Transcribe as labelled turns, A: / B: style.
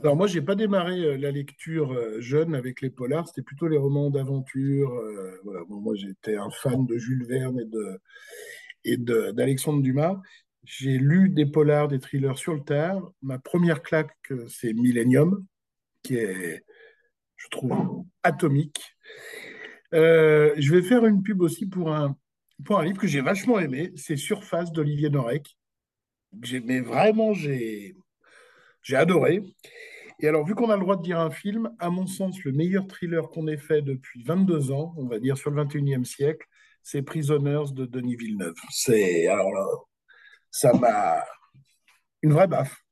A: Alors moi, j'ai pas démarré la lecture jeune avec les polars, c'était plutôt les romans d'aventure. Voilà. Bon, moi, j'étais un fan de Jules Verne d'Alexandre Dumas. J'ai lu des polars, des thrillers sur le tard. Ma première claque, c'est Millennium, qui est, je trouve, atomique. Je vais faire une pub aussi pour un livre que j'ai vachement aimé, c'est Surface d'Olivier Norek. Mais vraiment, j'ai adoré. Et alors, vu qu'on a le droit de dire un film, à mon sens, le meilleur thriller qu'on ait fait depuis 22 ans, on va dire sur le 21e siècle, c'est Prisoners de Denis Villeneuve. Alors là, ça m'a une vraie baffe.